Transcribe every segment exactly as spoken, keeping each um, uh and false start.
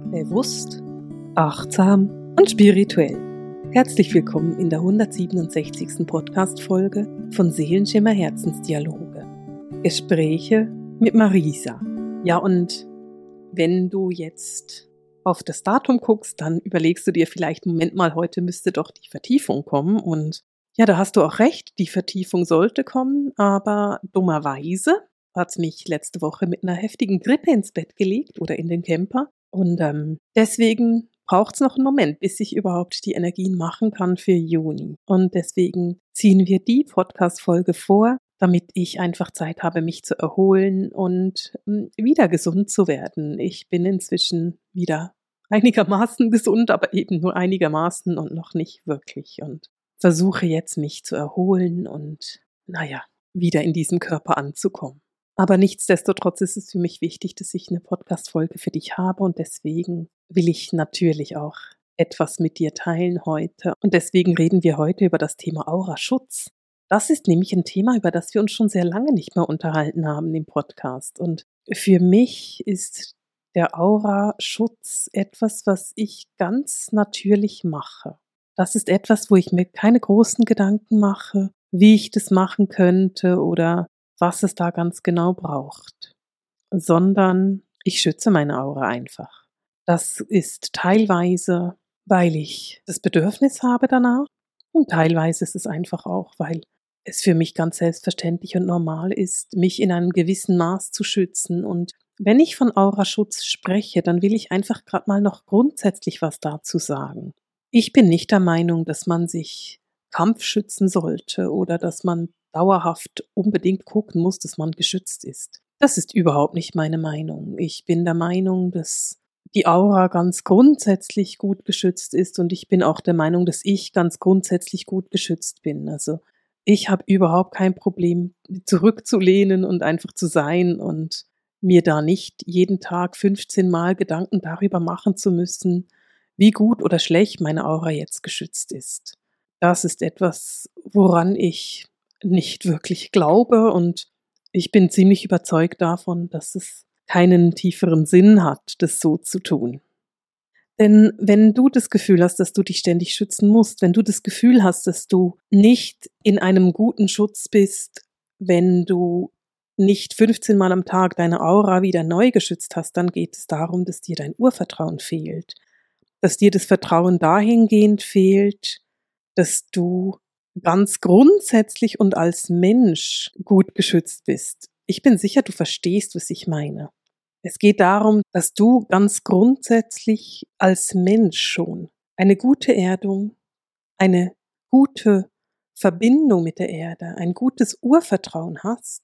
Bewusst, achtsam und spirituell. Herzlich willkommen in der hundertsiebenundsechzigsten Podcast-Folge von Seelenschimmer Herzensdialoge. Gespräche mit Marisa. Ja, und wenn du jetzt auf das Datum guckst, dann überlegst du dir vielleicht, Moment mal, heute müsste doch die Vertiefung kommen. Und ja, da hast du auch recht, die Vertiefung sollte kommen, aber dummerweise hat es mich letzte Woche mit einer heftigen Grippe ins Bett gelegt oder in den Camper. Und ähm, deswegen braucht es noch einen Moment, bis ich überhaupt die Energien machen kann für Juni. Und deswegen ziehen wir die Podcast-Folge vor, damit ich einfach Zeit habe, mich zu erholen und ähm, wieder gesund zu werden. Ich bin inzwischen wieder einigermaßen gesund, aber eben nur einigermaßen und noch nicht wirklich. Und versuche jetzt, mich zu erholen und, naja, wieder in diesem Körper anzukommen. Aber nichtsdestotrotz ist es für mich wichtig, dass ich eine Podcast-Folge für dich habe und deswegen will ich natürlich auch etwas mit dir teilen heute. Und deswegen reden wir heute über das Thema Auraschutz. Das ist nämlich ein Thema, über das wir uns schon sehr lange nicht mehr unterhalten haben im Podcast. Und für mich ist der Auraschutz etwas, was ich ganz natürlich mache. Das ist etwas, wo ich mir keine großen Gedanken mache, wie ich das machen könnte oder was es da ganz genau braucht, sondern ich schütze meine Aura einfach. Das ist teilweise, weil ich das Bedürfnis habe danach und teilweise ist es einfach auch, weil es für mich ganz selbstverständlich und normal ist, mich in einem gewissen Maß zu schützen. Und wenn ich von Auraschutz spreche, dann will ich einfach gerade mal noch grundsätzlich was dazu sagen. Ich bin nicht der Meinung, dass man sich Kampf schützen sollte oder dass man dauerhaft unbedingt gucken muss, dass man geschützt ist. Das ist überhaupt nicht meine Meinung. Ich bin der Meinung, dass die Aura ganz grundsätzlich gut geschützt ist und ich bin auch der Meinung, dass ich ganz grundsätzlich gut geschützt bin. Also ich habe überhaupt kein Problem, zurückzulehnen und einfach zu sein und mir da nicht jeden Tag fünfzehn Mal Gedanken darüber machen zu müssen, wie gut oder schlecht meine Aura jetzt geschützt ist. Das ist etwas, woran ich nicht wirklich glaube und ich bin ziemlich überzeugt davon, dass es keinen tieferen Sinn hat, das so zu tun. Denn wenn du das Gefühl hast, dass du dich ständig schützen musst, wenn du das Gefühl hast, dass du nicht in einem guten Schutz bist, wenn du nicht fünfzehn Mal am Tag deine Aura wieder neu geschützt hast, dann geht es darum, dass dir dein Urvertrauen fehlt, dass dir das Vertrauen dahingehend fehlt, dass du ganz grundsätzlich und als Mensch gut geschützt bist. Ich bin sicher, du verstehst, was ich meine. Es geht darum, dass du ganz grundsätzlich als Mensch schon eine gute Erdung, eine gute Verbindung mit der Erde, ein gutes Urvertrauen hast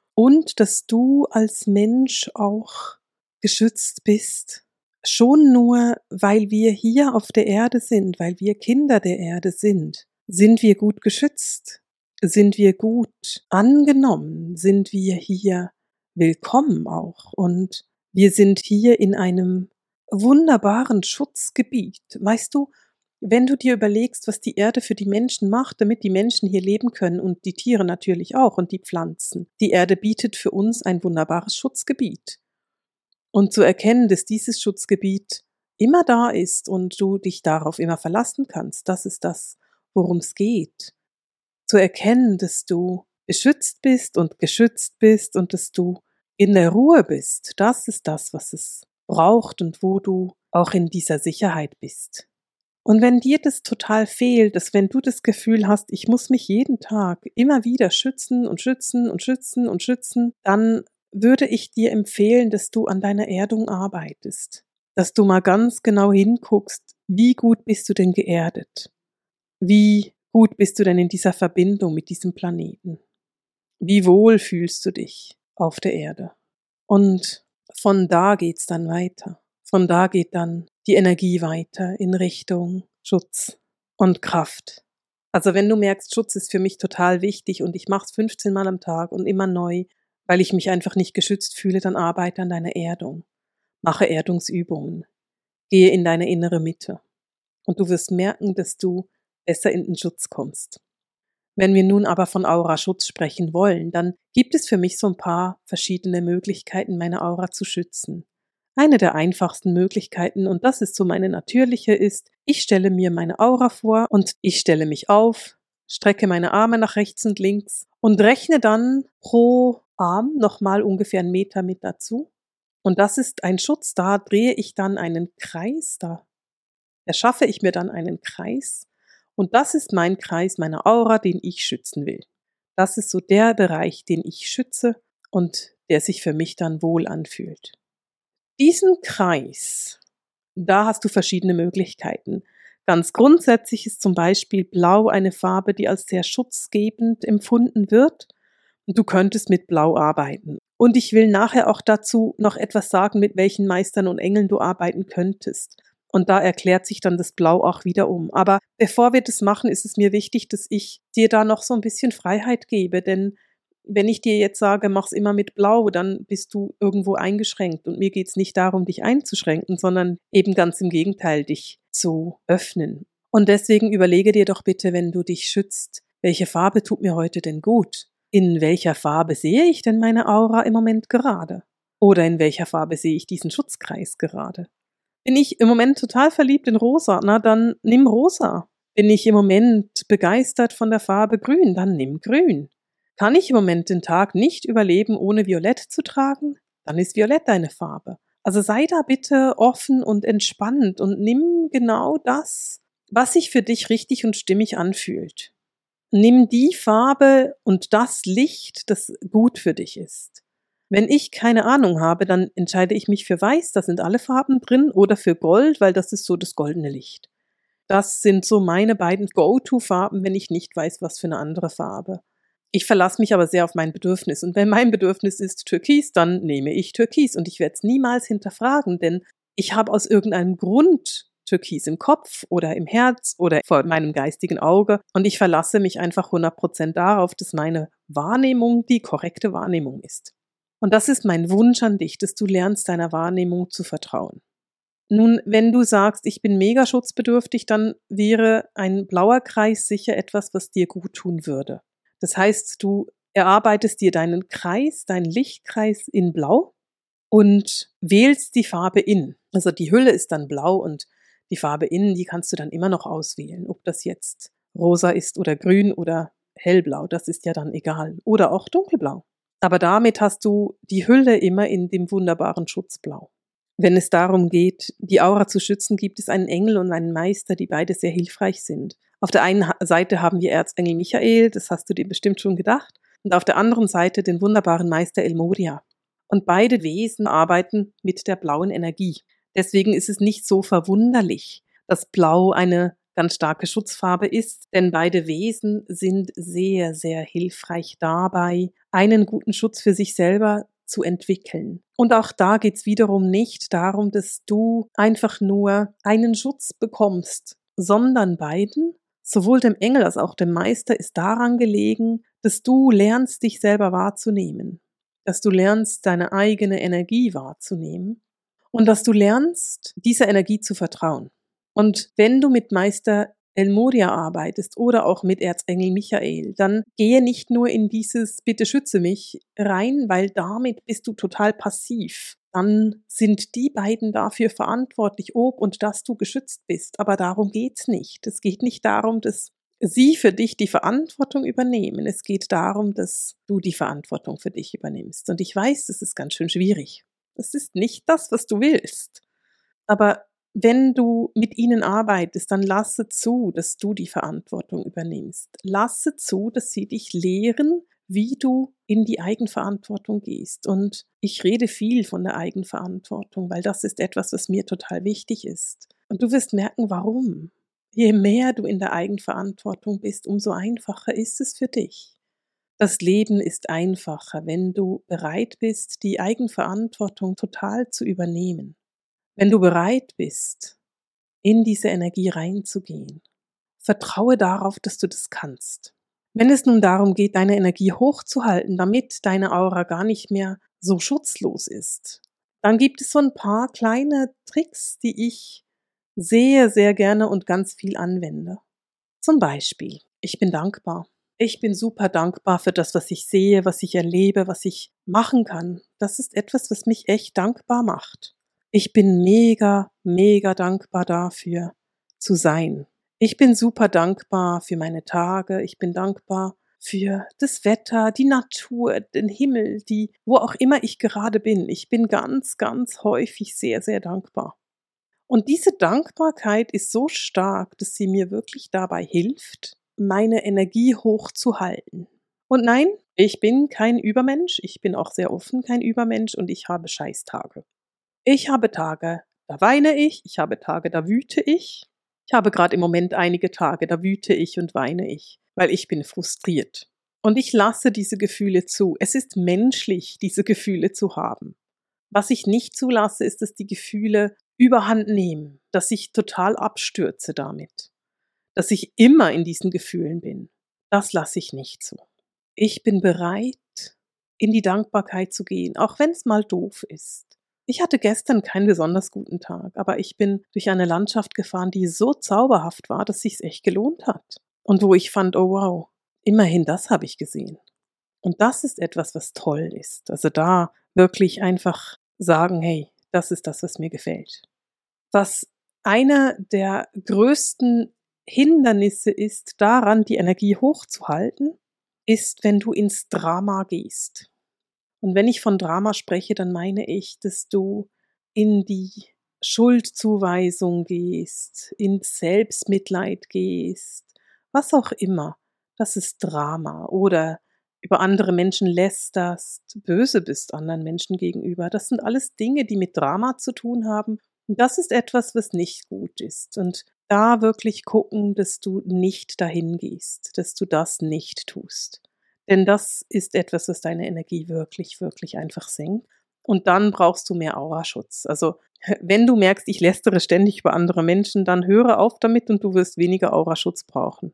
und dass du als Mensch auch geschützt bist. Schon nur, weil wir hier auf der Erde sind, weil wir Kinder der Erde sind, sind wir gut geschützt, sind wir gut angenommen, sind wir hier willkommen auch und wir sind hier in einem wunderbaren Schutzgebiet. Weißt du, wenn du dir überlegst, was die Erde für die Menschen macht, damit die Menschen hier leben können und die Tiere natürlich auch und die Pflanzen, die Erde bietet für uns ein wunderbares Schutzgebiet. Und zu erkennen, dass dieses Schutzgebiet immer da ist und du dich darauf immer verlassen kannst, das ist das, worum es geht. Zu erkennen, dass du beschützt bist und geschützt bist und dass du in der Ruhe bist, das ist das, was es braucht und wo du auch in dieser Sicherheit bist. Und wenn dir das total fehlt, dass wenn du das Gefühl hast, ich muss mich jeden Tag immer wieder schützen und schützen und schützen und schützen, dann würde ich dir empfehlen, dass du an deiner Erdung arbeitest, dass du mal ganz genau hinguckst, wie gut bist du denn geerdet? Wie gut bist du denn in dieser Verbindung mit diesem Planeten? Wie wohl fühlst du dich auf der Erde? Und von da geht's dann weiter. Von da geht dann die Energie weiter in Richtung Schutz und Kraft. Also wenn du merkst, Schutz ist für mich total wichtig und ich mache es fünfzehn Mal am Tag und immer neu, weil ich mich einfach nicht geschützt fühle, dann arbeite an deiner Erdung. Mache Erdungsübungen. Gehe in deine innere Mitte. Und du wirst merken, dass du besser in den Schutz kommst. Wenn wir nun aber von Auraschutz sprechen wollen, dann gibt es für mich so ein paar verschiedene Möglichkeiten, meine Aura zu schützen. Eine der einfachsten Möglichkeiten, und das ist so meine natürliche, ist, ich stelle mir meine Aura vor und ich stelle mich auf, strecke meine Arme nach rechts und links und rechne dann pro Arm nochmal ungefähr einen Meter mit dazu. Und das ist ein Schutz, da drehe ich dann einen Kreis, da erschaffe ich mir dann einen Kreis. Und das ist mein Kreis meiner Aura, den ich schützen will. Das ist so der Bereich, den ich schütze und der sich für mich dann wohl anfühlt. Diesen Kreis, da hast du verschiedene Möglichkeiten. Ganz grundsätzlich ist zum Beispiel Blau eine Farbe, die als sehr schutzgebend empfunden wird. Und du könntest mit Blau arbeiten. Und ich will nachher auch dazu noch etwas sagen, mit welchen Meistern und Engeln du arbeiten könntest. Und da erklärt sich dann das Blau auch wieder um. Aber bevor wir das machen, ist es mir wichtig, dass ich dir da noch so ein bisschen Freiheit gebe. Denn wenn ich dir jetzt sage, mach's immer mit Blau, dann bist du irgendwo eingeschränkt. Und mir geht's nicht darum, dich einzuschränken, sondern eben ganz im Gegenteil, dich zu öffnen. Und deswegen überlege dir doch bitte, wenn du dich schützt, welche Farbe tut mir heute denn gut? In welcher Farbe sehe ich denn meine Aura im Moment gerade? Oder in welcher Farbe sehe ich diesen Schutzkreis gerade? Bin ich im Moment total verliebt in Rosa, na dann nimm Rosa. Bin ich im Moment begeistert von der Farbe Grün, dann nimm Grün. Kann ich im Moment den Tag nicht überleben, ohne Violett zu tragen? Dann ist Violett deine Farbe. Also sei da bitte offen und entspannt und nimm genau das, was sich für dich richtig und stimmig anfühlt. Nimm die Farbe und das Licht, das gut für dich ist. Wenn ich keine Ahnung habe, dann entscheide ich mich für Weiß, da sind alle Farben drin, oder für Gold, weil das ist so das goldene Licht. Das sind so meine beiden Go-To-Farben, wenn ich nicht weiß, was für eine andere Farbe. Ich verlasse mich aber sehr auf mein Bedürfnis. Und wenn mein Bedürfnis ist Türkis, dann nehme ich Türkis. Und ich werde es niemals hinterfragen, denn ich habe aus irgendeinem Grund Türkis im Kopf oder im Herz oder vor meinem geistigen Auge. Und ich verlasse mich einfach hundert Prozent darauf, dass meine Wahrnehmung die korrekte Wahrnehmung ist. Und das ist mein Wunsch an dich, dass du lernst, deiner Wahrnehmung zu vertrauen. Nun, wenn du sagst, ich bin mega schutzbedürftig, dann wäre ein blauer Kreis sicher etwas, was dir gut tun würde. Das heißt, du erarbeitest dir deinen Kreis, deinen Lichtkreis in Blau und wählst die Farbe in. Also die Hülle ist dann blau und die Farbe innen, die kannst du dann immer noch auswählen. Ob das jetzt rosa ist oder grün oder hellblau, das ist ja dann egal. Oder auch dunkelblau. Aber damit hast du die Hülle immer in dem wunderbaren Schutzblau. Wenn es darum geht, die Aura zu schützen, gibt es einen Engel und einen Meister, die beide sehr hilfreich sind. Auf der einen Seite haben wir Erzengel Michael, das hast du dir bestimmt schon gedacht, und auf der anderen Seite den wunderbaren Meister El Moria. Und beide Wesen arbeiten mit der blauen Energie. Deswegen ist es nicht so verwunderlich, dass Blau eine ganz starke Schutzfarbe ist, denn beide Wesen sind sehr, sehr hilfreich dabei, einen guten Schutz für sich selber zu entwickeln. Und auch da geht es wiederum nicht darum, dass du einfach nur einen Schutz bekommst, sondern beiden, sowohl dem Engel als auch dem Meister, ist daran gelegen, dass du lernst, dich selber wahrzunehmen, dass du lernst, deine eigene Energie wahrzunehmen und dass du lernst, dieser Energie zu vertrauen. Und wenn du mit Meister El Moria arbeitest oder auch mit Erzengel Michael, dann gehe nicht nur in dieses Bitte schütze mich rein, weil damit bist du total passiv. Dann sind die beiden dafür verantwortlich, ob und dass du geschützt bist. Aber darum geht's nicht. Es geht nicht darum, dass sie für dich die Verantwortung übernehmen. Es geht darum, dass du die Verantwortung für dich übernimmst. Und ich weiß, das ist ganz schön schwierig. Das ist nicht das, was du willst. Aber wenn du mit ihnen arbeitest, dann lasse zu, dass du die Verantwortung übernimmst. Lasse zu, dass sie dich lehren, wie du in die Eigenverantwortung gehst. Und ich rede viel von der Eigenverantwortung, weil das ist etwas, was mir total wichtig ist. Und du wirst merken, warum. Je mehr du in der Eigenverantwortung bist, umso einfacher ist es für dich. Das Leben ist einfacher, wenn du bereit bist, die Eigenverantwortung total zu übernehmen. Wenn du bereit bist, in diese Energie reinzugehen, vertraue darauf, dass du das kannst. Wenn es nun darum geht, deine Energie hochzuhalten, damit deine Aura gar nicht mehr so schutzlos ist, dann gibt es so ein paar kleine Tricks, die ich sehr, sehr gerne und ganz viel anwende. Zum Beispiel, ich bin dankbar. Ich bin super dankbar für das, was ich sehe, was ich erlebe, was ich machen kann. Das ist etwas, was mich echt dankbar macht. Ich bin mega, mega dankbar dafür zu sein. Ich bin super dankbar für meine Tage. Ich bin dankbar für das Wetter, die Natur, den Himmel, die, wo auch immer ich gerade bin. Ich bin ganz, ganz häufig sehr, sehr dankbar. Und diese Dankbarkeit ist so stark, dass sie mir wirklich dabei hilft, meine Energie hochzuhalten. Und nein, ich bin kein Übermensch. Ich bin auch sehr offen kein Übermensch und ich habe Scheißtage. Ich habe Tage, da weine ich. Ich habe Tage, da wüte ich. Ich habe gerade im Moment einige Tage, da wüte ich und weine ich, weil ich bin frustriert. Und ich lasse diese Gefühle zu. Es ist menschlich, diese Gefühle zu haben. Was ich nicht zulasse, ist, dass die Gefühle überhand nehmen, dass ich total abstürze damit, dass ich immer in diesen Gefühlen bin. Das lasse ich nicht zu. Ich bin bereit, in die Dankbarkeit zu gehen, auch wenn es mal doof ist. Ich hatte gestern keinen besonders guten Tag, aber ich bin durch eine Landschaft gefahren, die so zauberhaft war, dass sich's echt gelohnt hat. Und wo ich fand, oh wow, immerhin das habe ich gesehen. Und das ist etwas, was toll ist. Also da wirklich einfach sagen, hey, das ist das, was mir gefällt. Was einer der größten Hindernisse ist, daran die Energie hochzuhalten, ist, wenn du ins Drama gehst. Und wenn ich von Drama spreche, dann meine ich, dass du in die Schuldzuweisung gehst, ins Selbstmitleid gehst, was auch immer. Das ist Drama. Oder über andere Menschen lästerst, böse bist anderen Menschen gegenüber. Das sind alles Dinge, die mit Drama zu tun haben. Und das ist etwas, was nicht gut ist. Und da wirklich gucken, dass du nicht dahin gehst, dass du das nicht tust. Denn das ist etwas, was deine Energie wirklich, wirklich einfach senkt. Und dann brauchst du mehr Auraschutz. Also wenn du merkst, ich lästere ständig über andere Menschen, dann höre auf damit und du wirst weniger Auraschutz brauchen.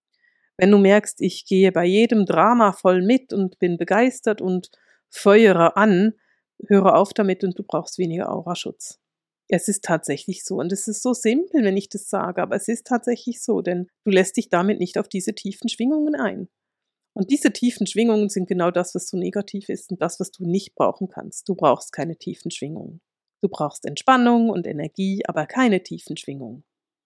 Wenn du merkst, ich gehe bei jedem Drama voll mit und bin begeistert und feuere an, höre auf damit und du brauchst weniger Auraschutz. Es ist tatsächlich so. Und es ist so simpel, wenn ich das sage, aber es ist tatsächlich so, denn du lässt dich damit nicht auf diese tiefen Schwingungen ein. Und diese tiefen Schwingungen sind genau das, was so negativ ist und das, was du nicht brauchen kannst. Du brauchst keine tiefen Schwingungen. Du brauchst Entspannung und Energie, aber keine tiefen Schwingungen.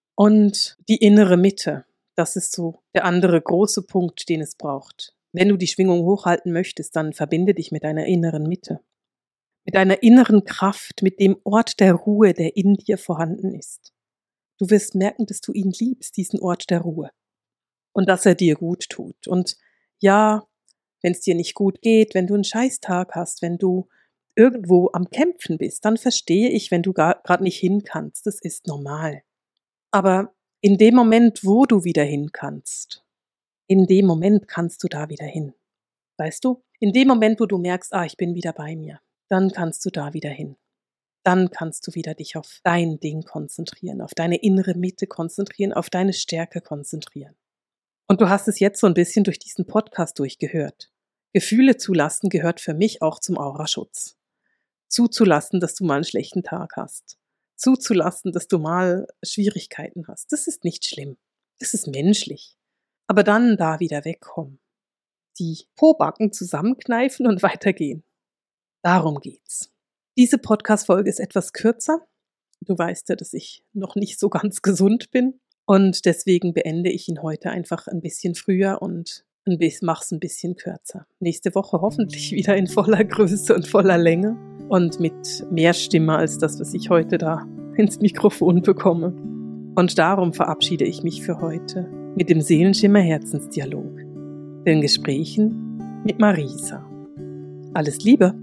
Und die innere Mitte, das ist so der andere große Punkt, den es braucht. Wenn du die Schwingung hochhalten möchtest, dann verbinde dich mit deiner inneren Mitte. Mit deiner inneren Kraft, mit dem Ort der Ruhe, der in dir vorhanden ist. Du wirst merken, dass du ihn liebst, diesen Ort der Ruhe. Und dass er dir gut tut. Und ja, wenn es dir nicht gut geht, wenn du einen Scheißtag hast, wenn du irgendwo am Kämpfen bist, dann verstehe ich, wenn du gerade nicht hin kannst. Das ist normal. Aber in dem Moment, wo du wieder hin kannst, in dem Moment kannst du da wieder hin. Weißt du? In dem Moment, wo du merkst, ah, ich bin wieder bei mir, dann kannst du da wieder hin. Dann kannst du wieder dich auf dein Ding konzentrieren, auf deine innere Mitte konzentrieren, auf deine Stärke konzentrieren. Und du hast es jetzt so ein bisschen durch diesen Podcast durchgehört. Gefühle zulassen gehört für mich auch zum Auraschutz. Zuzulassen, dass du mal einen schlechten Tag hast. Zuzulassen, dass du mal Schwierigkeiten hast. Das ist nicht schlimm. Das ist menschlich. Aber dann da wieder wegkommen. Die Pobacken zusammenkneifen und weitergehen. Darum geht's. Diese Podcast-Folge ist etwas kürzer. Du weißt ja, dass ich noch nicht so ganz gesund bin. Und deswegen beende ich ihn heute einfach ein bisschen früher und mache es ein bisschen kürzer. Nächste Woche hoffentlich wieder in voller Größe und voller Länge und mit mehr Stimme als das, was ich heute da ins Mikrofon bekomme. Und darum verabschiede ich mich für heute mit dem Seelenschimmer Herzensdialog, den Gesprächen mit Marisa. Alles Liebe!